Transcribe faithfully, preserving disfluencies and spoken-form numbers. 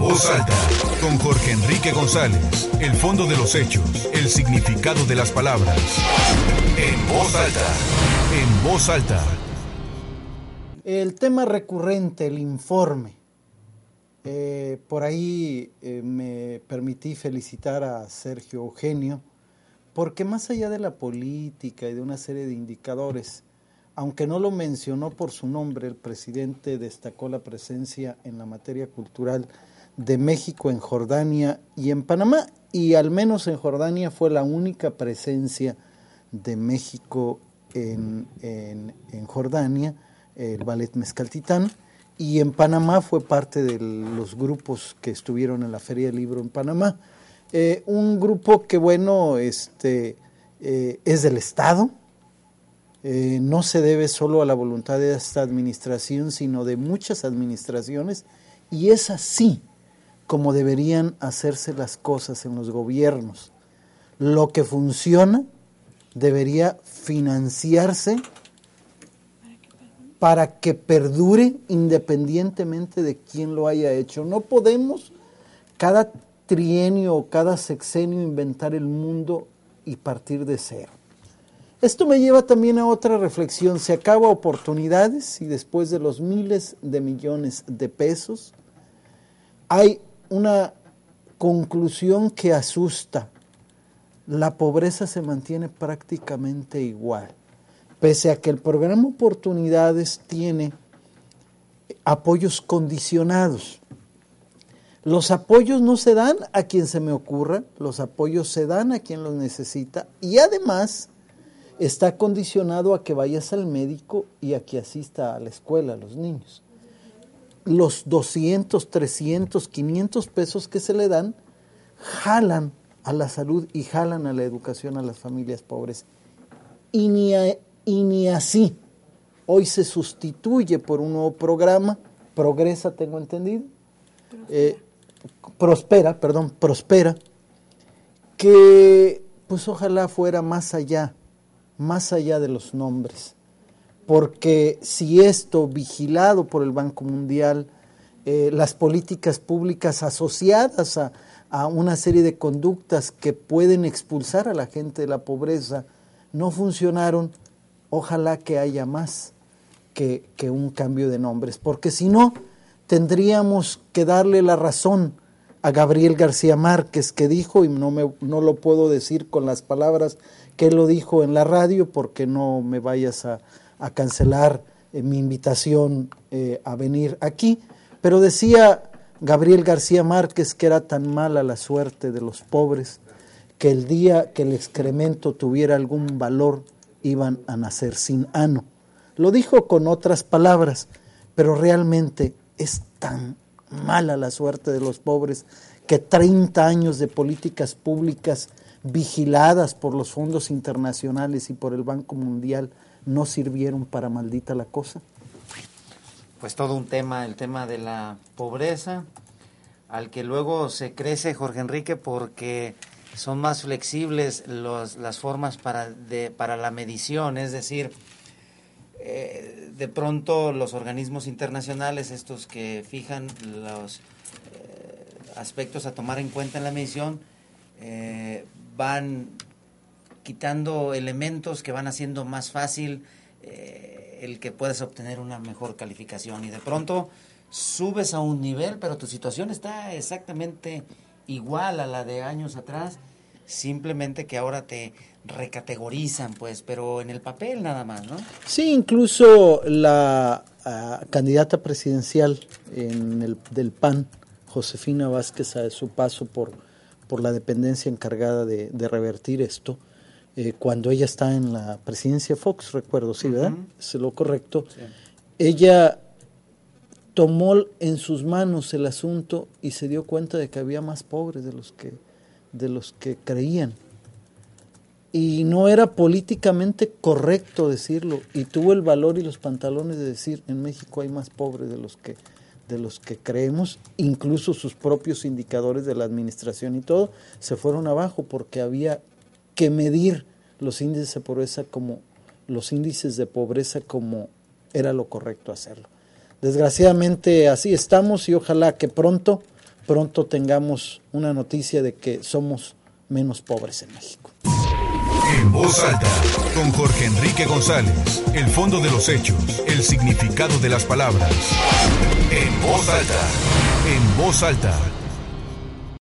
Voz Alta, con Jorge Enrique González, el fondo de los hechos, el significado de las palabras. En Voz Alta, en Voz Alta. El tema recurrente, el informe. Eh, por ahí eh, me permití felicitar a Sergio Eugenio, porque más allá de la política y de una serie de indicadores, aunque no lo mencionó por su nombre, el presidente destacó la presencia en la materia cultural de México en Jordania y en Panamá, y al menos en Jordania fue la única presencia de México en, en, en Jordania, el Ballet Mezcaltitán, y en Panamá fue parte de los grupos que estuvieron en la Feria del Libro en Panamá. Eh, un grupo que, bueno, este, eh, es del Estado, eh, no se debe solo a la voluntad de esta administración, sino de muchas administraciones, y es así como deberían hacerse las cosas en los gobiernos. Lo que funciona debería financiarse para que perdure independientemente de quién lo haya hecho. No podemos cada trienio o cada sexenio inventar el mundo y partir de cero. Esto me lleva también a otra reflexión. Se acaba oportunidades y después de los miles de millones de pesos hay una conclusión que asusta. La pobreza se mantiene prácticamente igual, pese a que el programa Oportunidades tiene apoyos condicionados. Los apoyos no se dan a quien se me ocurra, los apoyos se dan a quien los necesita, y además está condicionado a que vayas al médico y a que asista a la escuela a los niños. Los doscientos, trescientos, quinientos pesos que se le dan jalan a la salud y jalan a la educación a las familias pobres. Y ni, a, y ni así. Hoy se sustituye por un nuevo programa, Progresa, tengo entendido, eh, Prospera, perdón, Prospera, que pues ojalá fuera más allá, más allá de los nombres. Porque si esto, vigilado por el Banco Mundial, eh, las políticas públicas asociadas a, a una serie de conductas que pueden expulsar a la gente de la pobreza, no funcionaron, ojalá que haya más que, que un cambio de nombres, porque si no, tendríamos que darle la razón a Gabriel García Márquez, que dijo, y no, me, no lo puedo decir con las palabras que él lo dijo en la radio, porque no me vayas a a cancelar eh, mi invitación eh, a venir aquí, pero decía Gabriel García Márquez que era tan mala la suerte de los pobres que el día que el excremento tuviera algún valor iban a nacer sin ano. Lo dijo con otras palabras, pero realmente es tan mala la suerte de los pobres que treinta años de políticas públicas vigiladas por los fondos internacionales y por el Banco Mundial no sirvieron para maldita la cosa. Pues todo un tema, el tema de la pobreza, al que luego se crece, Jorge Enrique, porque son más flexibles los, las formas para, de, para la medición, es decir, eh, de pronto los organismos internacionales, estos que fijan los eh, aspectos a tomar en cuenta en la medición, eh, van quitando elementos que van haciendo más fácil eh, el que puedas obtener una mejor calificación, y de pronto subes a un nivel, pero tu situación está exactamente igual a la de años atrás, simplemente que ahora te recategorizan, pues, pero en el papel nada más, ¿no? Sí, incluso la uh, candidata presidencial en el, del P A N, Josefina Vázquez, a su paso por, por la dependencia encargada de, de revertir esto, Eh, cuando ella está en la presidencia Fox, recuerdo, sí, ¿verdad? Uh-huh. Es lo correcto. Sí. Ella tomó en sus manos el asunto y se dio cuenta de que había más pobres de los que, de los que creían. Y no era políticamente correcto decirlo, y tuvo el valor y los pantalones de decir, en México hay más pobres de los que, de los que creemos, incluso sus propios indicadores de la administración y todo, se fueron abajo porque había que medir los índices de pobreza como los índices de pobreza como era lo correcto hacerlo. Desgraciadamente así estamos y ojalá que pronto pronto tengamos una noticia de que somos menos pobres en México. En Voz Alta, con Jorge Enrique González, el fondo de los hechos, el significado de las palabras. En Voz Alta, en Voz Alta.